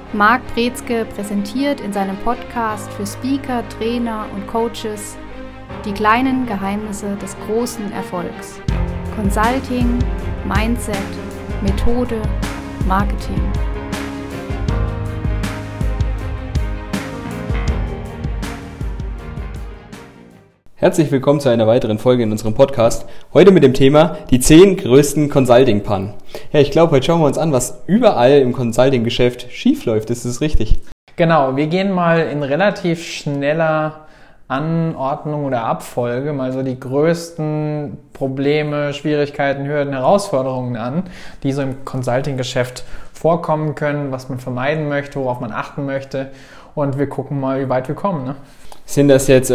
Marc Brezke präsentiert in seinem Podcast für Speaker, Trainer und Coaches die kleinen Geheimnisse des großen Erfolgs. Consulting, Mindset, Methode, Marketing. Herzlich willkommen zu einer weiteren Folge in unserem Podcast. Heute mit dem Thema die 10 größten Consulting-Pannen. Ja, ich glaube, heute schauen wir uns an, was überall im Consulting-Geschäft schief läuft. Ist das richtig? Genau, wir gehen mal in relativ schneller Anordnung oder Abfolge mal so die größten Probleme, Schwierigkeiten, Hürden, Herausforderungen an, die so im Consulting-Geschäft vorkommen können, was man vermeiden möchte, worauf man achten möchte. Und wir gucken mal, wie weit wir kommen, ne? Sind das jetzt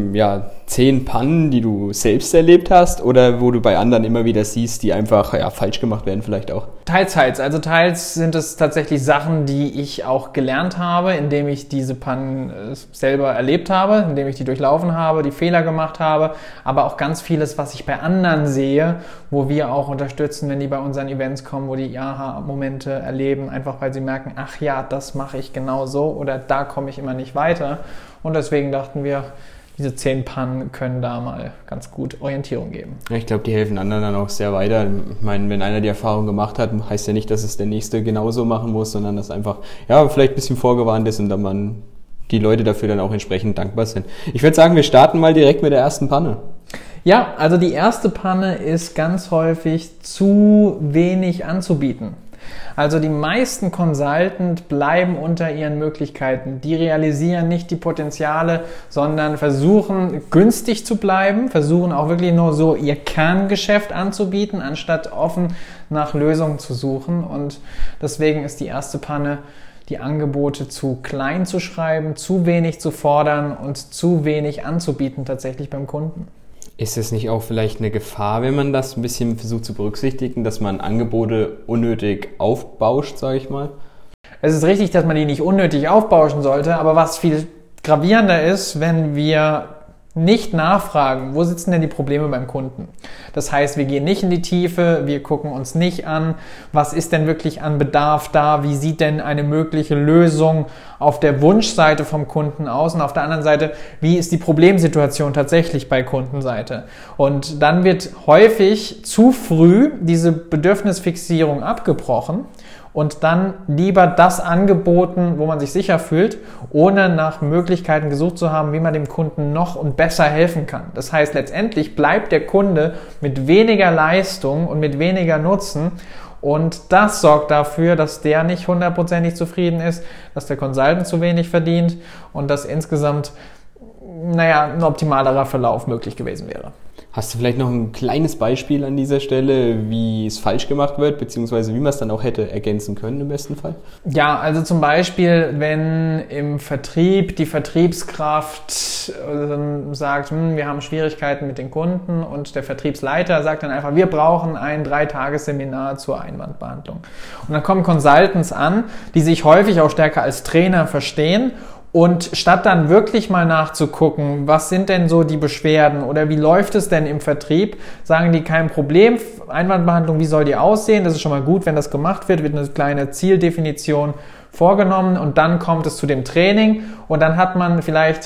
10 Pannen, die du selbst erlebt hast oder wo du bei anderen immer wieder siehst, die einfach falsch gemacht werden vielleicht auch? Teils. Also teils sind es tatsächlich Sachen, die ich auch gelernt habe, indem ich diese Pannen selber erlebt habe, indem ich die durchlaufen habe, die Fehler gemacht habe, aber auch ganz vieles, was ich bei anderen sehe, wo wir auch unterstützen, wenn die bei unseren Events kommen, wo die Aha-Momente erleben, einfach weil sie merken, ach ja, das mache ich genau so oder da komme ich immer nicht weiter. Und deswegen dachten wir, diese 10 Pannen können da mal ganz gut Orientierung geben. Ja, ich glaube, die helfen anderen dann auch sehr weiter. Ich meine, wenn einer die Erfahrung gemacht hat, heißt ja nicht, dass es der Nächste genauso machen muss, sondern dass einfach vielleicht ein bisschen vorgewarnt ist und dann die Leute dafür dann auch entsprechend dankbar sind. Ich würde sagen, wir starten mal direkt mit der ersten Panne. Ja, also die erste Panne ist ganz häufig zu wenig anzubieten. Also die meisten Consultant bleiben unter ihren Möglichkeiten. Die realisieren nicht die Potenziale, sondern versuchen günstig zu bleiben, versuchen auch wirklich nur so ihr Kerngeschäft anzubieten, anstatt offen nach Lösungen zu suchen. Und deswegen ist die erste Panne, die Angebote zu klein zu schreiben, zu wenig zu fordern und zu wenig anzubieten tatsächlich beim Kunden. Ist es nicht auch vielleicht eine Gefahr, wenn man das ein bisschen versucht zu berücksichtigen, dass man Angebote unnötig aufbauscht, sage ich mal? Es ist richtig, dass man die nicht unnötig aufbauschen sollte, aber was viel gravierender ist, wenn wir nicht nachfragen, wo sitzen denn die Probleme beim Kunden? Das heißt, wir gehen nicht in die Tiefe, wir gucken uns nicht an, was ist denn wirklich an Bedarf da, wie sieht denn eine mögliche Lösung auf der Wunschseite vom Kunden aus und auf der anderen Seite, wie ist die Problemsituation tatsächlich bei Kundenseite? Und dann wird häufig zu früh diese Bedürfnisfixierung abgebrochen und dann lieber das angeboten, wo man sich sicher fühlt, ohne nach Möglichkeiten gesucht zu haben, wie man dem Kunden noch und besser helfen kann. Das heißt, letztendlich bleibt der Kunde mit weniger Leistung und mit weniger Nutzen und das sorgt dafür, dass der nicht 100% zufrieden ist, dass der Consultant zu wenig verdient und dass insgesamt ein optimalerer Verlauf möglich gewesen wäre. Hast du vielleicht noch ein kleines Beispiel an dieser Stelle, wie es falsch gemacht wird, beziehungsweise wie man es dann auch hätte ergänzen können im besten Fall? Ja, also zum Beispiel, wenn im Vertrieb die Vertriebskraft sagt, wir haben Schwierigkeiten mit den Kunden und der Vertriebsleiter sagt dann einfach, wir brauchen ein 3-Tages-Seminar zur Einwandbehandlung. Und dann kommen Consultants an, die sich häufig auch stärker als Trainer verstehen. Und statt dann wirklich mal nachzugucken, was sind denn so die Beschwerden oder wie läuft es denn im Vertrieb, sagen die, kein Problem, Einwandbehandlung, wie soll die aussehen? Das ist schon mal gut, wenn das gemacht wird eine kleine Zieldefinition vorgenommen und dann kommt es zu dem Training und dann hat man vielleicht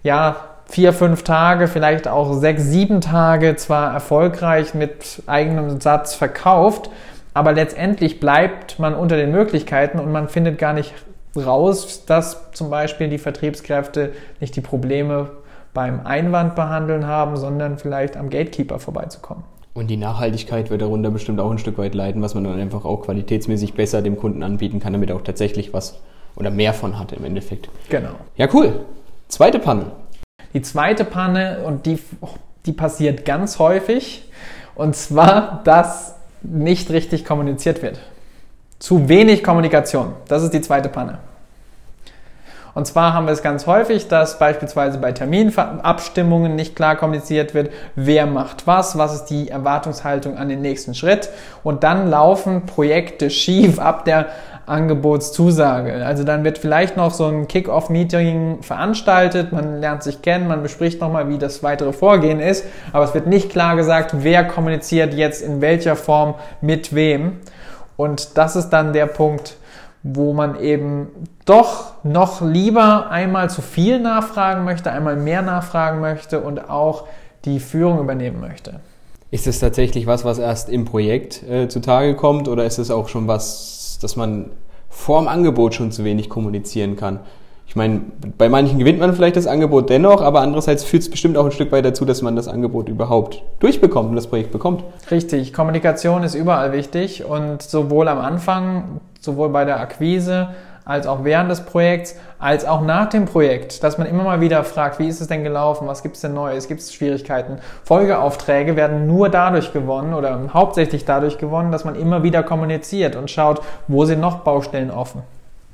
4-5 Tage, vielleicht auch 6-7 Tage zwar erfolgreich mit eigenem Satz verkauft, aber letztendlich bleibt man unter den Möglichkeiten und man findet gar nicht raus, dass zum Beispiel die Vertriebskräfte nicht die Probleme beim Einwandbehandeln haben, sondern vielleicht am Gatekeeper vorbeizukommen. Und die Nachhaltigkeit wird darunter bestimmt auch ein Stück weit leiden, was man dann einfach auch qualitätsmäßig besser dem Kunden anbieten kann, damit er auch tatsächlich was oder mehr von hat im Endeffekt. Genau. Ja, cool. Zweite Panne. Die zweite Panne, und die passiert ganz häufig, und zwar, dass nicht richtig kommuniziert wird. Zu wenig Kommunikation. Das ist die zweite Panne. Und zwar haben wir es ganz häufig, dass beispielsweise bei Terminabstimmungen nicht klar kommuniziert wird, wer macht was ist die Erwartungshaltung an den nächsten Schritt. Und dann laufen Projekte schief ab der Angebotszusage. Also dann wird vielleicht noch so ein Kick-Off-Meeting veranstaltet, man lernt sich kennen, man bespricht nochmal, wie das weitere Vorgehen ist, aber es wird nicht klar gesagt, wer kommuniziert jetzt in welcher Form mit wem. Und das ist dann der Punkt, wo man eben doch noch lieber einmal zu viel nachfragen möchte, einmal mehr nachfragen möchte und auch die Führung übernehmen möchte. Ist es tatsächlich was erst im Projekt zutage kommt, oder ist es auch schon was, dass man vor dem Angebot schon zu wenig kommunizieren kann? Ich meine, bei manchen gewinnt man vielleicht das Angebot dennoch, aber andererseits führt es bestimmt auch ein Stück weit dazu, dass man das Angebot überhaupt durchbekommt und das Projekt bekommt. Richtig, Kommunikation ist überall wichtig und sowohl am Anfang, sowohl bei der Akquise, als auch während des Projekts, als auch nach dem Projekt, dass man immer mal wieder fragt, wie ist es denn gelaufen, was gibt es denn Neues, gibt es Schwierigkeiten. Folgeaufträge werden nur dadurch gewonnen oder hauptsächlich dadurch gewonnen, dass man immer wieder kommuniziert und schaut, wo sind noch Baustellen offen.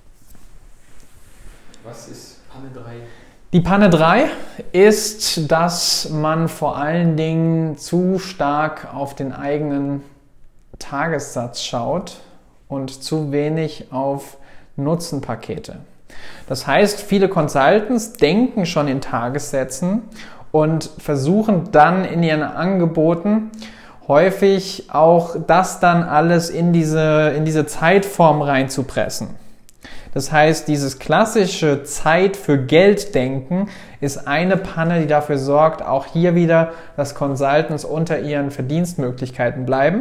Was ist Panne 3? Die Panne 3 ist, dass man vor allen Dingen zu stark auf den eigenen Tagessatz schaut und zu wenig auf Nutzenpakete. Das heißt, viele Consultants denken schon in Tagessätzen und versuchen dann in ihren Angeboten häufig auch das dann alles in diese Zeitform reinzupressen. Das heißt, dieses klassische Zeit für Geld denken ist eine Panne, die dafür sorgt, auch hier wieder, dass Consultants unter ihren Verdienstmöglichkeiten bleiben.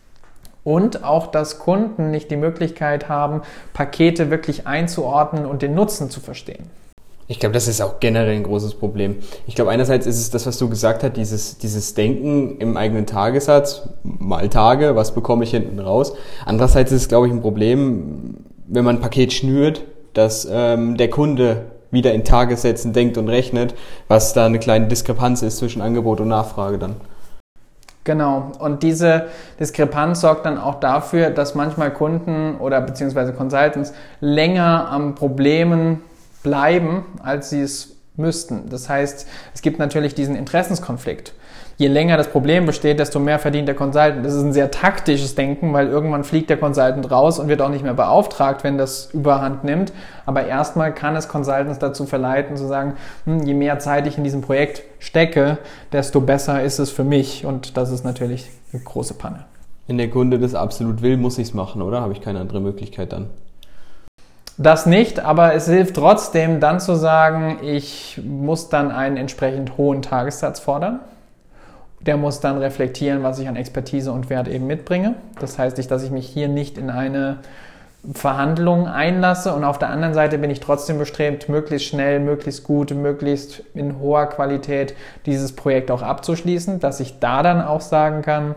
Und auch, dass Kunden nicht die Möglichkeit haben, Pakete wirklich einzuordnen und den Nutzen zu verstehen. Ich glaube, das ist auch generell ein großes Problem. Ich glaube, einerseits ist es das, was du gesagt hast, dieses Denken im eigenen Tagessatz, mal Tage, was bekomme ich hinten raus. Andererseits ist es, glaube ich, ein Problem, wenn man ein Paket schnürt, dass der Kunde wieder in Tagessätzen denkt und rechnet, was da eine kleine Diskrepanz ist zwischen Angebot und Nachfrage dann. Genau, und diese Diskrepanz sorgt dann auch dafür, dass manchmal Kunden oder beziehungsweise Consultants länger am Problemen bleiben, als sie es müssten. Das heißt, es gibt natürlich diesen Interessenskonflikt. Je länger das Problem besteht, desto mehr verdient der Consultant. Das ist ein sehr taktisches Denken, weil irgendwann fliegt der Consultant raus und wird auch nicht mehr beauftragt, wenn das Überhand nimmt. Aber erstmal kann es Consultants dazu verleiten, zu sagen, je mehr Zeit ich in diesem Projekt stecke, desto besser ist es für mich. Und das ist natürlich eine große Panne. Wenn der Kunde das absolut will, muss ich es machen, oder? Habe ich keine andere Möglichkeit dann? Das nicht, aber es hilft trotzdem dann zu sagen, ich muss dann einen entsprechend hohen Tagessatz fordern. Der muss dann reflektieren, was ich an Expertise und Wert eben mitbringe. Das heißt nicht, dass ich mich hier nicht in eine Verhandlung einlasse, und auf der anderen Seite bin ich trotzdem bestrebt, möglichst schnell, möglichst gut, möglichst in hoher Qualität dieses Projekt auch abzuschließen, dass ich da dann auch sagen kann,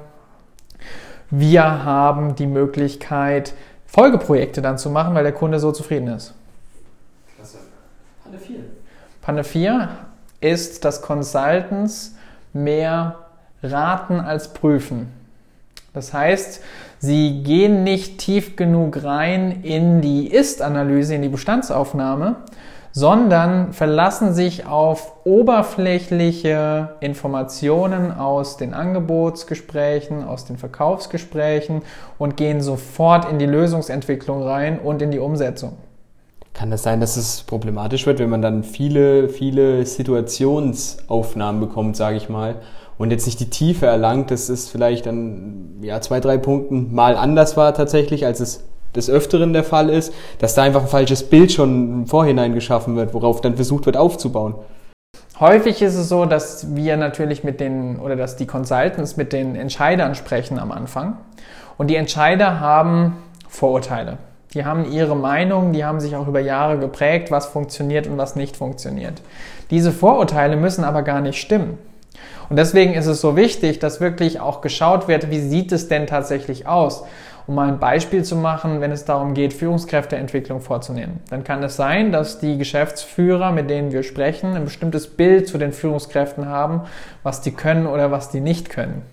wir haben die Möglichkeit, Folgeprojekte dann zu machen, weil der Kunde so zufrieden ist. Klasse. Panne 4. Panne 4 ist, dass Consultants mehr raten als prüfen. Das heißt, sie gehen nicht tief genug rein in die Ist-Analyse, in die Bestandsaufnahme, sondern verlassen sich auf oberflächliche Informationen aus den Angebotsgesprächen, aus den Verkaufsgesprächen und gehen sofort in die Lösungsentwicklung rein und in die Umsetzung. Kann das sein, dass es problematisch wird, wenn man dann viele Situationsaufnahmen bekommt, sage ich mal, und jetzt nicht die Tiefe erlangt, dass es vielleicht an 2-3 Punkten mal anders war tatsächlich, als es des Öfteren der Fall ist, dass da einfach ein falsches Bild schon im Vorhinein geschaffen wird, worauf dann versucht wird aufzubauen? Häufig ist es so, dass wir natürlich dass die Consultants mit den Entscheidern sprechen am Anfang, und die Entscheider haben Vorurteile. Die haben ihre Meinung, die haben sich auch über Jahre geprägt, was funktioniert und was nicht funktioniert. Diese Vorurteile müssen aber gar nicht stimmen. Und deswegen ist es so wichtig, dass wirklich auch geschaut wird, wie sieht es denn tatsächlich aus? Um mal ein Beispiel zu machen, wenn es darum geht, Führungskräfteentwicklung vorzunehmen. Dann kann es sein, dass die Geschäftsführer, mit denen wir sprechen, ein bestimmtes Bild zu den Führungskräften haben, was die können oder was die nicht können.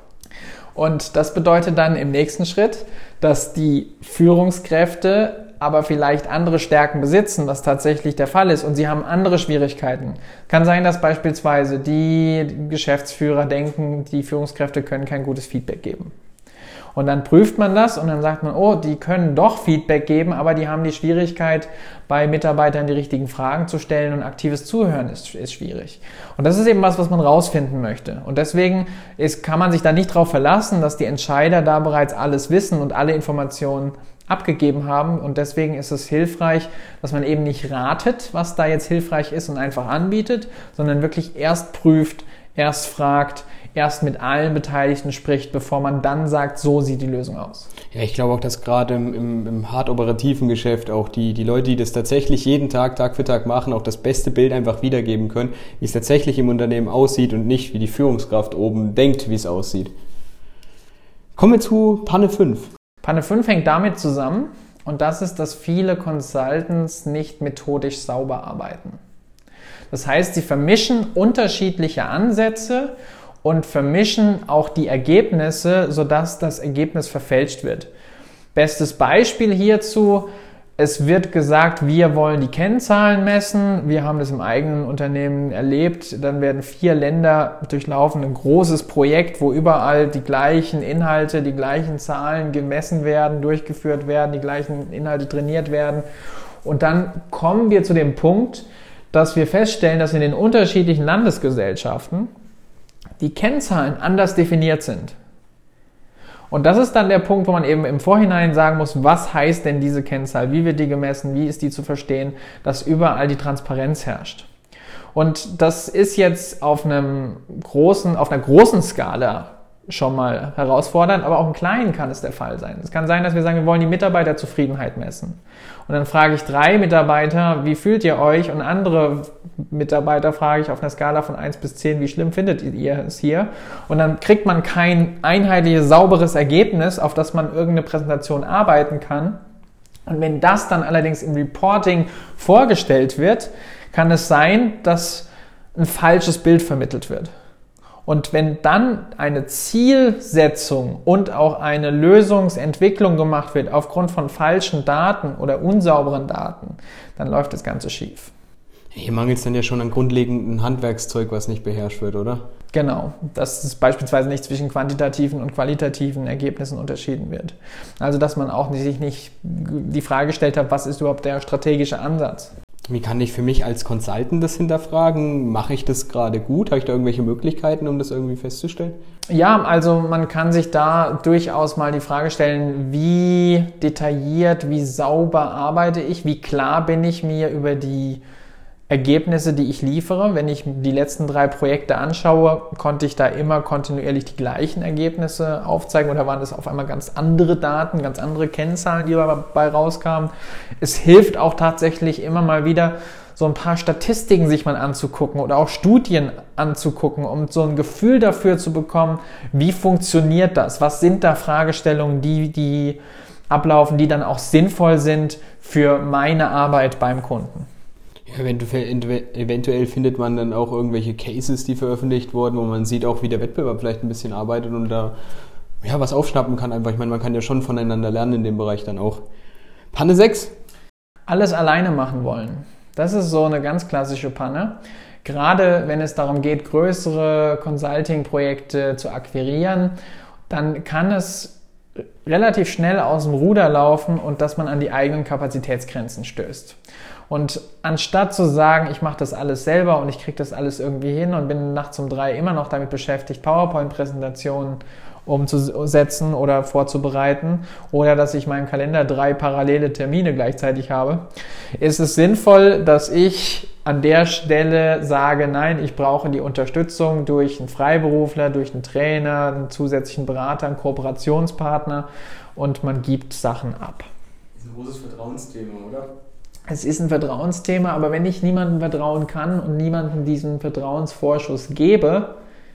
Und das bedeutet dann im nächsten Schritt, dass die Führungskräfte aber vielleicht andere Stärken besitzen, was tatsächlich der Fall ist, und sie haben andere Schwierigkeiten. Kann sein, dass beispielsweise die Geschäftsführer denken, die Führungskräfte können kein gutes Feedback geben. Und dann prüft man das und dann sagt man, oh, die können doch Feedback geben, aber die haben die Schwierigkeit, bei Mitarbeitern die richtigen Fragen zu stellen, und aktives Zuhören ist schwierig. Und das ist eben was man rausfinden möchte. Und deswegen kann man sich da nicht darauf verlassen, dass die Entscheider da bereits alles wissen und alle Informationen abgegeben haben. Und deswegen ist es hilfreich, dass man eben nicht ratet, was da jetzt hilfreich ist und einfach anbietet, sondern wirklich erst prüft, erst fragt, erst mit allen Beteiligten spricht, bevor man dann sagt, so sieht die Lösung aus. Ja, ich glaube auch, dass gerade im hart operativen Geschäft auch die Leute, die das tatsächlich jeden Tag, Tag für Tag machen, auch das beste Bild einfach wiedergeben können, wie es tatsächlich im Unternehmen aussieht und nicht, wie die Führungskraft oben denkt, wie es aussieht. Kommen wir zu Panne 5. Panne 5 hängt damit zusammen, und das ist, dass viele Consultants nicht methodisch sauber arbeiten. Das heißt, sie vermischen unterschiedliche Ansätze und vermischen auch die Ergebnisse, sodass das Ergebnis verfälscht wird. Bestes Beispiel hierzu: Es wird gesagt, wir wollen die Kennzahlen messen. Wir haben das im eigenen Unternehmen erlebt. Dann werden 4 Länder durchlaufen, ein großes Projekt, wo überall die gleichen Inhalte, die gleichen Zahlen gemessen werden, durchgeführt werden, die gleichen Inhalte trainiert werden. Und dann kommen wir zu dem Punkt, dass wir feststellen, dass in den unterschiedlichen Landesgesellschaften die Kennzahlen anders definiert sind. Und das ist dann der Punkt, wo man eben im Vorhinein sagen muss, was heißt denn diese Kennzahl, wie wird die gemessen, wie ist die zu verstehen, dass überall die Transparenz herrscht. Und das ist jetzt auf einer großen Skala schon mal herausfordernd, aber auch im Kleinen kann es der Fall sein. Es kann sein, dass wir sagen, wir wollen die Mitarbeiterzufriedenheit messen. Und dann frage ich 3 Mitarbeiter, wie fühlt ihr euch? Und andere Mitarbeiter frage ich auf einer Skala von 1 bis 10, wie schlimm findet ihr es hier? Und dann kriegt man kein einheitliches, sauberes Ergebnis, auf das man irgendeine Präsentation arbeiten kann. Und wenn das dann allerdings im Reporting vorgestellt wird, kann es sein, dass ein falsches Bild vermittelt wird. Und wenn dann eine Zielsetzung und auch eine Lösungsentwicklung gemacht wird aufgrund von falschen Daten oder unsauberen Daten, dann läuft das Ganze schief. Hier mangelt es dann ja schon an grundlegendem Handwerkszeug, was nicht beherrscht wird, oder? Genau, dass es beispielsweise nicht zwischen quantitativen und qualitativen Ergebnissen unterschieden wird. Also dass man auch sich nicht die Frage gestellt hat, was ist überhaupt der strategische Ansatz? Wie kann ich für mich als Consultant das hinterfragen? Mache ich das gerade gut? Habe ich da irgendwelche Möglichkeiten, um das irgendwie festzustellen? Ja, also man kann sich da durchaus mal die Frage stellen, wie detailliert, wie sauber arbeite ich, wie klar bin ich mir über die Ergebnisse, die ich liefere. Wenn ich die letzten 3 Projekte anschaue, konnte ich da immer kontinuierlich die gleichen Ergebnisse aufzeigen oder waren das auf einmal ganz andere Daten, ganz andere Kennzahlen, die dabei rauskamen. Es hilft auch tatsächlich immer mal wieder, so ein paar Statistiken sich mal anzugucken oder auch Studien anzugucken, um so ein Gefühl dafür zu bekommen, wie funktioniert das? Was sind da Fragestellungen, die ablaufen, die dann auch sinnvoll sind für meine Arbeit beim Kunden? Ja, eventuell findet man dann auch irgendwelche Cases, die veröffentlicht wurden, wo man sieht auch, wie der Wettbewerb vielleicht ein bisschen arbeitet und da was aufschnappen kann einfach. Ich meine, man kann ja schon voneinander lernen in dem Bereich dann auch. Panne 6. Alles alleine machen wollen. Das ist so eine ganz klassische Panne. Gerade wenn es darum geht, größere Consulting-Projekte zu akquirieren, dann kann es relativ schnell aus dem Ruder laufen und dass man an die eigenen Kapazitätsgrenzen stößt. Und anstatt zu sagen, ich mache das alles selber und ich kriege das alles irgendwie hin und bin nachts um 3 immer noch damit beschäftigt, PowerPoint-Präsentationen umzusetzen oder vorzubereiten oder dass ich in meinem Kalender 3 parallele Termine gleichzeitig habe, ist es sinnvoll, dass ich an der Stelle sage, nein, ich brauche die Unterstützung durch einen Freiberufler, durch einen Trainer, einen zusätzlichen Berater, einen Kooperationspartner und man gibt Sachen ab. Das ist ein großes Vertrauensthema, oder? Es ist ein Vertrauensthema, aber wenn ich niemandem vertrauen kann und niemandem diesen Vertrauensvorschuss gebe,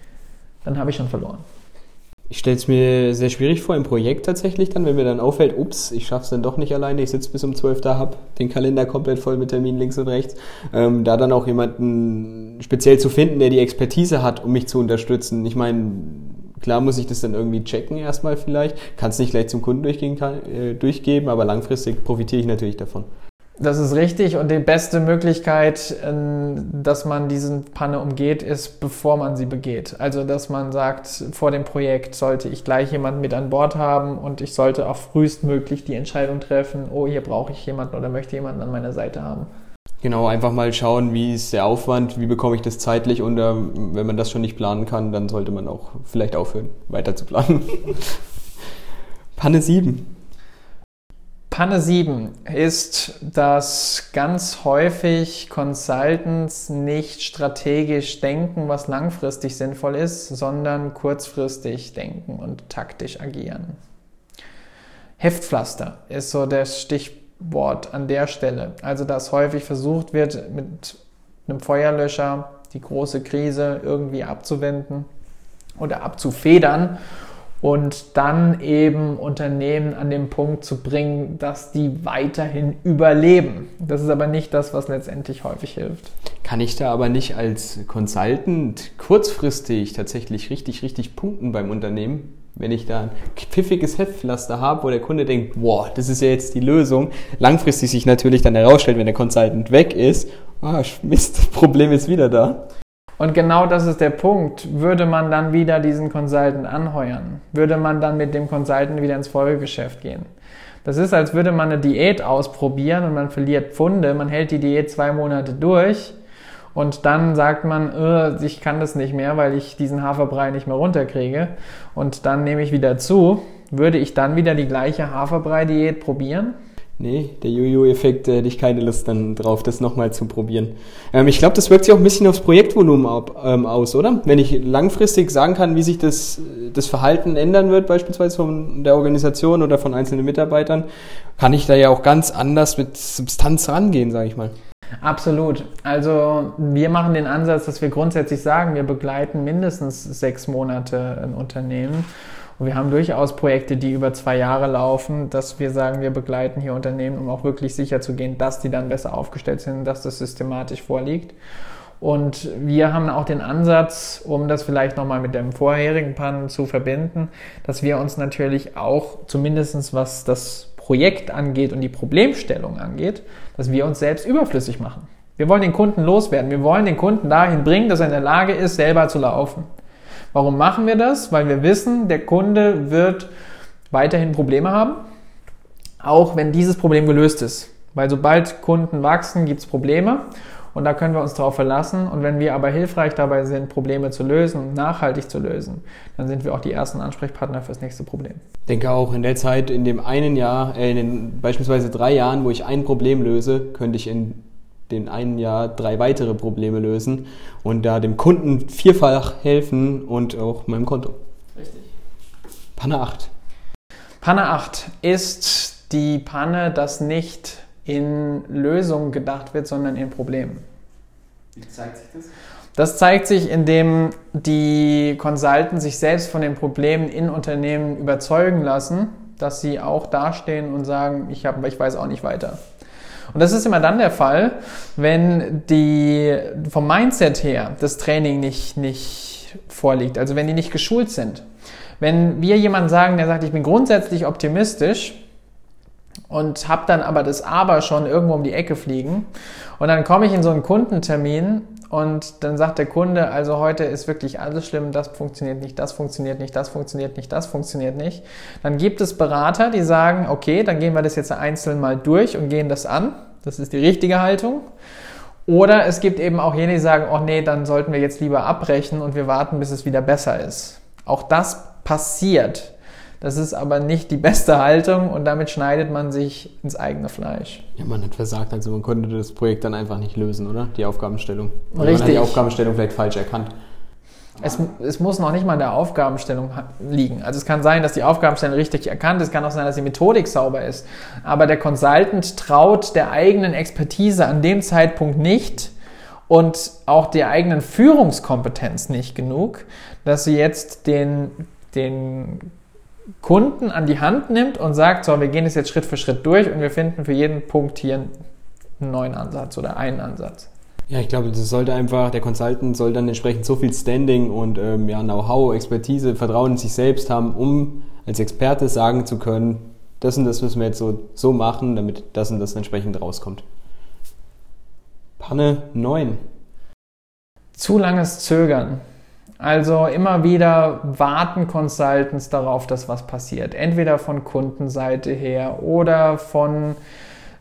dann habe ich schon verloren. Ich stelle es mir sehr schwierig vor im Projekt tatsächlich dann, wenn mir dann auffällt, ups, ich schaffe es dann doch nicht alleine, ich sitze bis um 12 da, habe den Kalender komplett voll mit Terminen links und rechts, da dann auch jemanden speziell zu finden, der die Expertise hat, um mich zu unterstützen. Ich meine, klar muss ich das dann irgendwie checken erstmal vielleicht, kann es nicht gleich zum Kunden durchgeben, aber langfristig profitiere ich natürlich davon. Das ist richtig und die beste Möglichkeit, dass man diesen Panne umgeht, ist, bevor man sie begeht. Also, dass man sagt, vor dem Projekt sollte ich gleich jemanden mit an Bord haben und ich sollte auch frühestmöglich die Entscheidung treffen, oh, hier brauche ich jemanden oder möchte jemanden an meiner Seite haben. Genau, einfach mal schauen, wie ist der Aufwand, wie bekomme ich das zeitlich und wenn man das schon nicht planen kann, dann sollte man auch vielleicht aufhören, weiter zu planen. Panne 7. Panne 7 ist, dass ganz häufig Consultants nicht strategisch denken, was langfristig sinnvoll ist, sondern kurzfristig denken und taktisch agieren. Heftpflaster ist so das Stichwort an der Stelle. Also, dass häufig versucht wird, mit einem Feuerlöscher die große Krise irgendwie abzuwenden oder abzufedern und dann eben Unternehmen an den Punkt zu bringen, dass die weiterhin überleben. Das ist aber nicht das, was letztendlich häufig hilft. Kann ich da aber nicht als Consultant kurzfristig tatsächlich richtig punkten beim Unternehmen? Wenn ich da ein pfiffiges Heftpflaster habe, wo der Kunde denkt, boah, das ist ja jetzt die Lösung, langfristig sich natürlich dann herausstellt, wenn der Consultant weg ist, Mist, das Problem ist wieder da. Und genau das ist der Punkt. Würde man dann wieder diesen Consultant anheuern? Würde man dann mit dem Consultant wieder ins Folgegeschäft gehen? Das ist, als würde man eine Diät ausprobieren und man verliert Pfunde, man hält die Diät 2 Monate durch und dann sagt man, ich kann das nicht mehr, weil ich diesen Haferbrei nicht mehr runterkriege und dann nehme ich wieder zu. Würde ich dann wieder die gleiche Haferbrei-Diät probieren? Nee, der Jojo-Effekt, hätte ich keine Lust dann drauf, das nochmal zu probieren. Ich glaube, das wirkt sich auch ein bisschen aufs Projektvolumen aus, oder? Wenn ich langfristig sagen kann, wie sich das Verhalten ändern wird, beispielsweise von der Organisation oder von einzelnen Mitarbeitern, kann ich da ja auch ganz anders mit Substanz rangehen, sage ich mal. Absolut. Also wir machen den Ansatz, dass wir grundsätzlich sagen, wir begleiten mindestens 6 Monate ein Unternehmen. Und wir haben durchaus Projekte, die über 2 Jahre laufen, dass wir sagen, wir begleiten hier Unternehmen, um auch wirklich sicher zu gehen, dass die dann besser aufgestellt sind, dass das systematisch vorliegt. Und wir haben auch den Ansatz, um das vielleicht nochmal mit dem vorherigen Panel zu verbinden, dass wir uns natürlich auch, zumindest was das Projekt angeht und die Problemstellung angeht, dass wir uns selbst überflüssig machen. Wir wollen den Kunden loswerden. Wir wollen den Kunden dahin bringen, dass er in der Lage ist, selber zu laufen. Warum machen wir das? Weil wir wissen, der Kunde wird weiterhin Probleme haben, auch wenn dieses Problem gelöst ist. Weil sobald Kunden wachsen, gibt es Probleme und da können wir uns darauf verlassen. Und wenn wir aber hilfreich dabei sind, Probleme zu lösen und nachhaltig zu lösen, dann sind wir auch die ersten Ansprechpartner fürs nächste Problem. Ich denke auch, in der Zeit, in dem einen Jahr, in den beispielsweise 3 Jahren, wo ich ein Problem löse, könnte ich in den einen Jahr 3 weitere Probleme lösen und da dem Kunden 4-fach helfen und auch meinem Konto. Richtig. Panne 8. Panne 8 ist die Panne, dass nicht in Lösungen gedacht wird, sondern in Problemen. Wie zeigt sich das? Das zeigt sich, indem die Consultants sich selbst von den Problemen in Unternehmen überzeugen lassen, dass sie auch dastehen und sagen, ich weiß auch nicht weiter. Und das ist immer dann der Fall, wenn vom Mindset her das Training nicht vorliegt, also wenn die nicht geschult sind. Wenn wir jemanden sagen, der sagt, ich bin grundsätzlich optimistisch und habe dann aber das Aber schon irgendwo um die Ecke fliegen und dann komme ich in so einen Kundentermin und dann sagt der Kunde, also heute ist wirklich alles schlimm, das funktioniert nicht, das funktioniert nicht, das funktioniert nicht, das funktioniert nicht. Dann gibt es Berater, die sagen, okay, dann gehen wir das jetzt einzeln mal durch und gehen das an. Das ist die richtige Haltung. Oder es gibt eben auch jene, die sagen, oh nee, dann sollten wir jetzt lieber abbrechen und wir warten, bis es wieder besser ist. Auch das passiert. Das ist aber nicht die beste Haltung und damit schneidet man sich ins eigene Fleisch. Ja, man hat versagt, also man konnte das Projekt dann einfach nicht lösen, oder? Die Aufgabenstellung. Oder Richtig. man hat die Aufgabenstellung vielleicht falsch erkannt. Es muss noch nicht mal in der Aufgabenstellung liegen. Also es kann sein, dass die Aufgabenstellung richtig erkannt ist, es kann auch sein, dass die Methodik sauber ist. Aber der Consultant traut der eigenen Expertise an dem Zeitpunkt nicht und auch der eigenen Führungskompetenz nicht genug, dass sie jetzt den Kunden an die Hand nimmt und sagt, so, wir gehen es jetzt Schritt für Schritt durch und wir finden für jeden Punkt hier einen neuen Ansatz oder einen Ansatz. Ja, ich glaube, das sollte einfach, der Consultant soll dann entsprechend so viel Standing und Know-how, Expertise, Vertrauen in sich selbst haben, um als Experte sagen zu können, das und das müssen wir jetzt so machen, damit das und das entsprechend rauskommt. Panne 9. Zu langes Zögern. Also immer wieder warten Consultants darauf, dass was passiert. Entweder von Kundenseite her oder von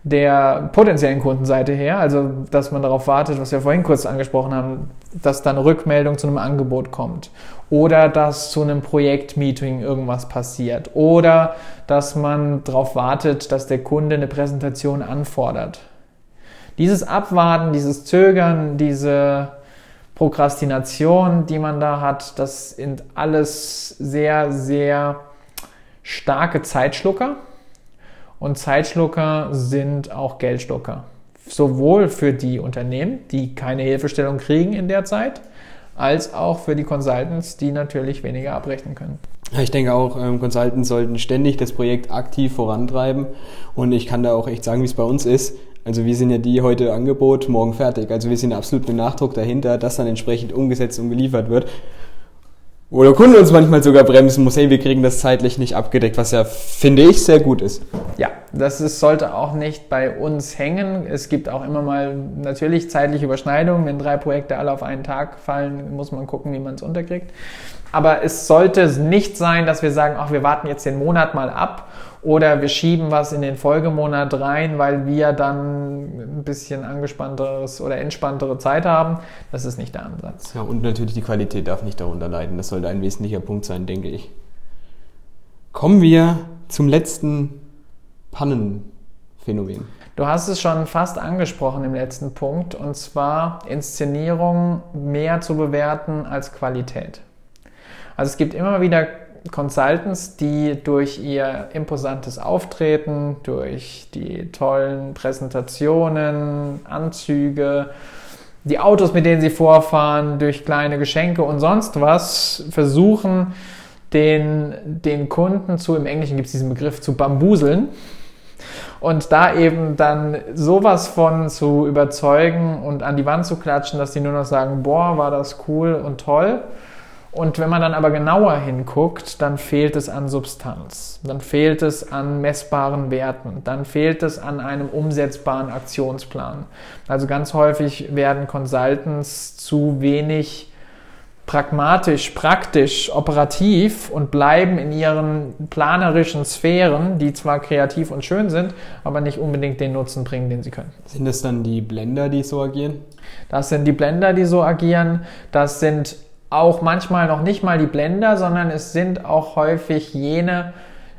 der potenziellen Kundenseite her, also dass man darauf wartet, was wir vorhin kurz angesprochen haben, dass dann Rückmeldung zu einem Angebot kommt oder dass zu einem Projektmeeting irgendwas passiert oder dass man darauf wartet, dass der Kunde eine Präsentation anfordert. Dieses Abwarten, dieses Zögern, diese Prokrastination, die man da hat, das sind alles sehr, sehr starke Zeitschlucker. Und Zeitschlucker sind auch Geldschlucker. Sowohl für die Unternehmen, die keine Hilfestellung kriegen in der Zeit, als auch für die Consultants, die natürlich weniger abrechnen können. Ich denke auch, Consultants sollten ständig das Projekt aktiv vorantreiben. Und ich kann da auch echt sagen, wie es bei uns ist. Also wir sind ja die heute Angebot, morgen fertig. Also wir sind absolut mit Nachdruck dahinter, dass dann entsprechend umgesetzt und geliefert wird. Wo der Kunde uns manchmal sogar bremsen muss, hey, wir kriegen das zeitlich nicht abgedeckt, was ja, finde ich, sehr gut ist. Ja, sollte auch nicht bei uns hängen. Es gibt auch immer mal natürlich zeitliche Überschneidungen. Wenn 3 Projekte alle auf einen Tag fallen, muss man gucken, wie man es unterkriegt. Aber es sollte nicht sein, dass wir sagen, ach, wir warten jetzt den Monat mal ab oder wir schieben was in den Folgemonat rein, weil wir dann ein bisschen angespannteres oder entspanntere Zeit haben. Das ist nicht der Ansatz. Ja, und natürlich die Qualität darf nicht darunter leiden. Das sollte ein wesentlicher Punkt sein, denke ich. Kommen wir zum letzten Pannenphänomen. Du hast es schon fast angesprochen im letzten Punkt, und zwar Inszenierung mehr zu bewerten als Qualität. Also es gibt immer wieder Consultants, die durch ihr imposantes Auftreten, durch die tollen Präsentationen, Anzüge, die Autos, mit denen sie vorfahren, durch kleine Geschenke und sonst was versuchen, den Kunden im Englischen gibt es diesen Begriff, zu bambuseln und da eben dann sowas von zu überzeugen und an die Wand zu klatschen, dass die nur noch sagen, boah, war das cool und toll. Und wenn man dann aber genauer hinguckt, dann fehlt es an Substanz, dann fehlt es an messbaren Werten, dann fehlt es an einem umsetzbaren Aktionsplan. Also ganz häufig werden Consultants zu wenig pragmatisch, praktisch, operativ und bleiben in ihren planerischen Sphären, die zwar kreativ und schön sind, aber nicht unbedingt den Nutzen bringen, den sie können. Sind das dann die Blender, die so agieren? Das sind die Blender, die so agieren. Das sind auch manchmal noch nicht mal die Blender, sondern es sind auch häufig jene,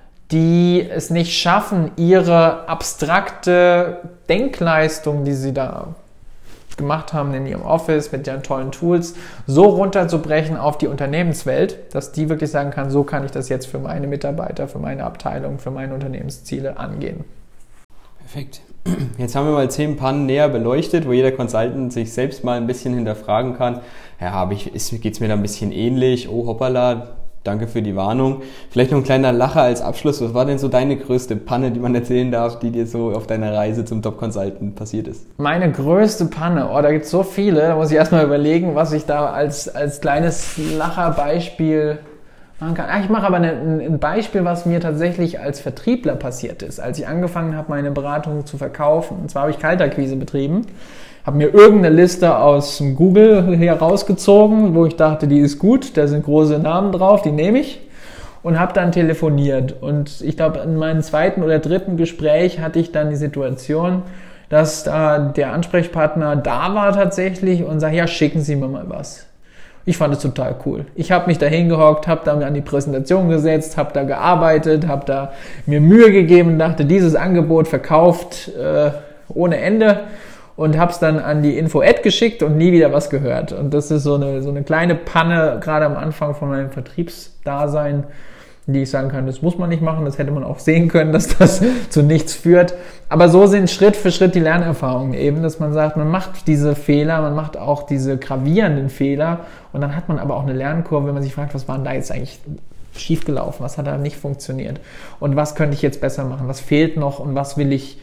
die es nicht schaffen, ihre abstrakte Denkleistung, die sie da gemacht haben in ihrem Office mit ihren tollen Tools, so runterzubrechen auf die Unternehmenswelt, dass die wirklich sagen kann, so kann ich das jetzt für meine Mitarbeiter, für meine Abteilung, für meine Unternehmensziele angehen. Perfekt. Jetzt haben wir mal 10 Pannen näher beleuchtet, wo jeder Consultant sich selbst mal ein bisschen hinterfragen kann, ja, geht's mir da ein bisschen ähnlich? Oh, hoppala, danke für die Warnung. Vielleicht noch ein kleiner Lacher als Abschluss. Was war denn so deine größte Panne, die man erzählen darf, die dir so auf deiner Reise zum Top-Consultant passiert ist? Meine größte Panne? Da gibt es so viele. Da muss ich erstmal überlegen, was ich da als kleines Lacherbeispiel machen kann. Ich mache aber ein Beispiel, was mir tatsächlich als Vertriebler passiert ist. Als ich angefangen habe, meine Beratung zu verkaufen. Und zwar habe ich Kaltakquise betrieben. Habe mir irgendeine Liste aus Google herausgezogen, wo ich dachte, die ist gut, da sind große Namen drauf, die nehme ich. Und habe dann telefoniert. Und ich glaube, in meinem 2. oder 3. Gespräch hatte ich dann die Situation, dass da der Ansprechpartner da war tatsächlich und sagt, ja, schicken Sie mir mal was. Ich fand es total cool. Ich habe mich da hingehockt, habe da an die Präsentation gesetzt, habe da gearbeitet, habe da mir Mühe gegeben, dachte, dieses Angebot verkauft ohne Ende. Und habe es dann an die Info-Ad geschickt und nie wieder was gehört. Und das ist so eine kleine Panne, gerade am Anfang von meinem Vertriebsdasein, die ich sagen kann, das muss man nicht machen, das hätte man auch sehen können, dass das zu nichts führt. Aber so sind Schritt für Schritt die Lernerfahrungen eben, dass man sagt, man macht diese Fehler, man macht auch diese gravierenden Fehler und dann hat man aber auch eine Lernkurve, wenn man sich fragt, was war denn da jetzt eigentlich schiefgelaufen, was hat da nicht funktioniert und was könnte ich jetzt besser machen, was fehlt noch und was will ich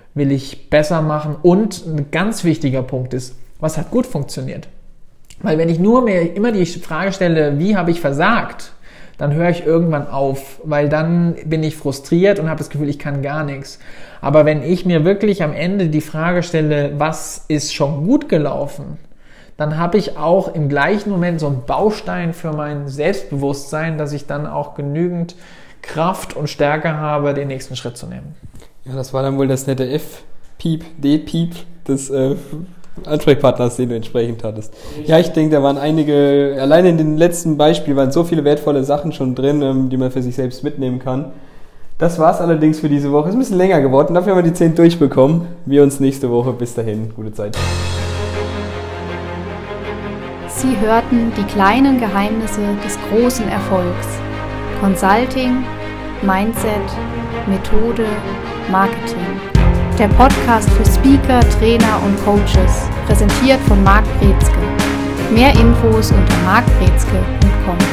besser machen. Und ein ganz wichtiger Punkt ist, was hat gut funktioniert? Weil wenn ich nur mir immer die Frage stelle, wie habe ich versagt, dann höre ich irgendwann auf, weil dann bin ich frustriert und habe das Gefühl, ich kann gar nichts. Aber wenn ich mir wirklich am Ende die Frage stelle, was ist schon gut gelaufen, dann habe ich auch im gleichen Moment so einen Baustein für mein Selbstbewusstsein, dass ich dann auch genügend Kraft und Stärke habe, den nächsten Schritt zu nehmen. Ja, das war dann wohl das nette D-Piep des Ansprechpartners, den du entsprechend hattest. Ja, ich denke, da waren einige, allein in den letzten Beispielen waren so viele wertvolle Sachen schon drin, die man für sich selbst mitnehmen kann. Das war's allerdings für diese Woche. Ist ein bisschen länger geworden, dafür haben wir die 10 durchbekommen. Wir uns nächste Woche. Bis dahin, gute Zeit. Sie hörten die kleinen Geheimnisse des großen Erfolgs. Consulting, Mindset, Methode, Marketing. Der Podcast für Speaker, Trainer und Coaches, präsentiert von Marc Brezke. Mehr Infos unter marcbrezke.com.